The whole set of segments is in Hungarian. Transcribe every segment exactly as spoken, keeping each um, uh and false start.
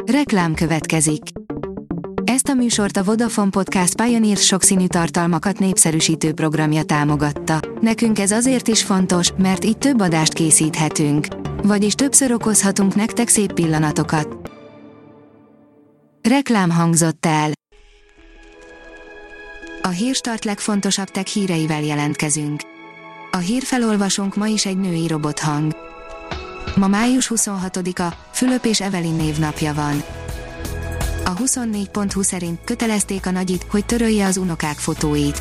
Reklám következik. Ezt a műsort a Vodafone Podcast Pioneer sokszínű tartalmakat népszerűsítő programja támogatta. Nekünk ez azért is fontos, mert így több adást készíthetünk. Vagyis többször okozhatunk nektek szép pillanatokat. Reklám hangzott el. A Hírstart legfontosabb tech híreivel jelentkezünk. A hírfelolvasónk ma is egy női robothang. Ma május huszonhatodika, Fülöp és Evelyn névnapja van. A huszonnégy pont hu szerint kötelezték a nagyit, hogy törölje az unokák fotóit.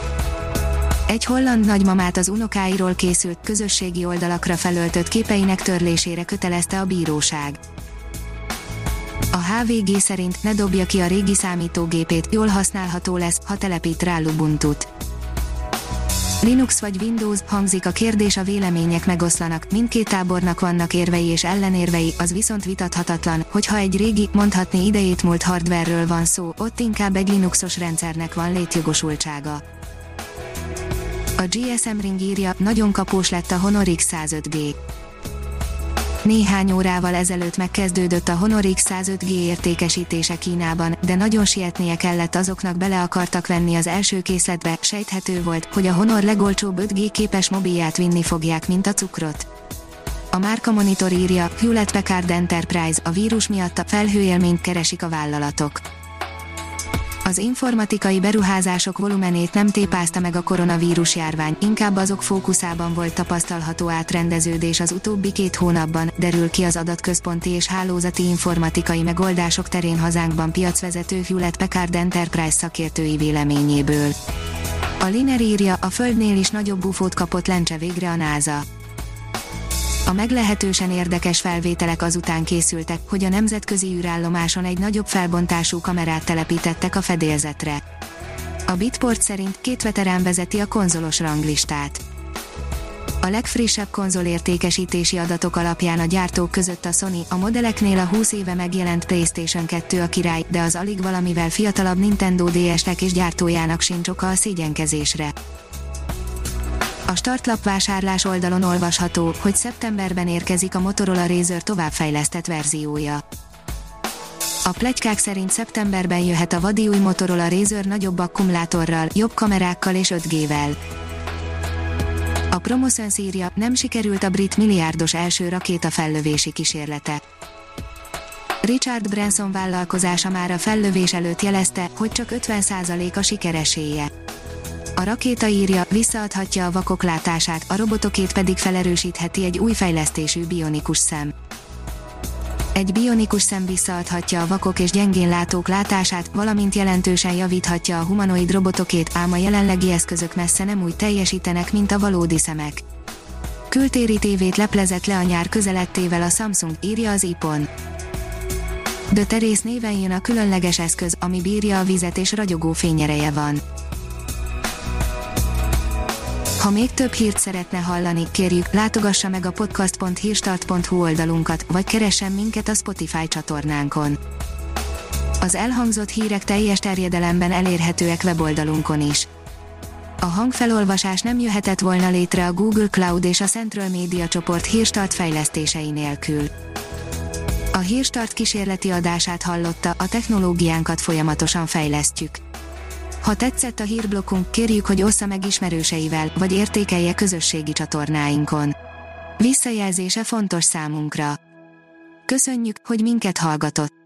Egy holland nagymamát az unokáiról készült, közösségi oldalakra felöltött képeinek törlésére kötelezte a bíróság. A há vé gé szerint ne dobja ki a régi számítógépét, jól használható lesz, ha telepít rá Ubuntut. Linux vagy Windows, hangzik a kérdés, a vélemények megoszlanak, mindkét tábornak vannak érvei és ellenérvei, az viszont vitathatatlan, hogy ha egy régi, mondhatni idejét múlt hardverről van szó, ott inkább egy Linuxos rendszernek van létjogosultsága. A gé es em Ring írja, nagyon kapós lett a Honor X száz öt gé. Néhány órával ezelőtt megkezdődött a Honor X száz öt gé értékesítése Kínában, de nagyon sietnie kellett azoknak, bele akartak venni az első készletbe, sejthető volt, hogy a Honor legolcsóbb öt gé képes mobilját vinni fogják, mint a cukrot. A Márka Monitor írja, Hewlett Packard Enterprise, a vírus miatt a felhőélményt keresik a vállalatok. Az informatikai beruházások volumenét nem tépázta meg a koronavírus járvány, inkább azok fókuszában volt tapasztalható átrendeződés az utóbbi két hónapban, derül ki az adatközponti és hálózati informatikai megoldások terén hazánkban piacvezető Hewlett Packard Enterprise szakértői véleményéből. A Liner írja, a Földnél is nagyobb ufót kapott lencse végre a NASA. A meglehetősen érdekes felvételek azután készültek, hogy a nemzetközi űrállomáson egy nagyobb felbontású kamerát telepítettek a fedélzetre. A Bitport szerint két veterán vezeti a konzolos ranglistát. A legfrissebb konzolértékesítési adatok alapján a gyártók között a Sony, a modelleknél a húsz éve megjelent PlayStation kettő a király, de az alig valamivel fiatalabb Nintendo dé es-nek és gyártójának sincs oka a szégyenkezésre. A startlap vásárlás oldalon olvasható, hogy szeptemberben érkezik a Motorola Razr továbbfejlesztett verziója. A pletykák szerint szeptemberben jöhet a vadi új Motorola Razr nagyobb akkumulátorral, jobb kamerákkal és öt gével. A Promoszöns írja, nem sikerült a brit milliárdos első rakéta fellövési kísérlete. Richard Branson vállalkozása már a fellövés előtt jelezte, hogy csak ötven százalék a sikeresélye. A rakéta, írja, visszaadhatja a vakok látását, a robotokét pedig felerősítheti egy új fejlesztésű bionikus szem. Egy bionikus szem visszaadhatja a vakok és gyengén látók látását, valamint jelentősen javíthatja a humanoid robotokét, ám a jelenlegi eszközök messze nem úgy teljesítenek, mint a valódi szemek. Kültéri tévét leplezett le a nyár közelettével a Samsung, írja az i pon. The Terrace néven jön a különleges eszköz, ami bírja a vizet és ragyogó fényereje van. Ha még több hírt szeretne hallani, kérjük, látogassa meg a podcast pont hírstart pont hu oldalunkat, vagy keressen minket a Spotify csatornánkon. Az elhangzott hírek teljes terjedelemben elérhetőek weboldalunkon is. A hangfelolvasás nem jöhetett volna létre a Google Cloud és a Central Media csoport Hírstart fejlesztései nélkül. A Hírstart kísérleti adását hallotta, a technológiánkat folyamatosan fejlesztjük. Ha tetszett a hírblokkunk, kérjük, hogy ossza meg ismerőseivel, vagy értékelje közösségi csatornáinkon. Visszajelzése fontos számunkra. Köszönjük, hogy minket hallgatott!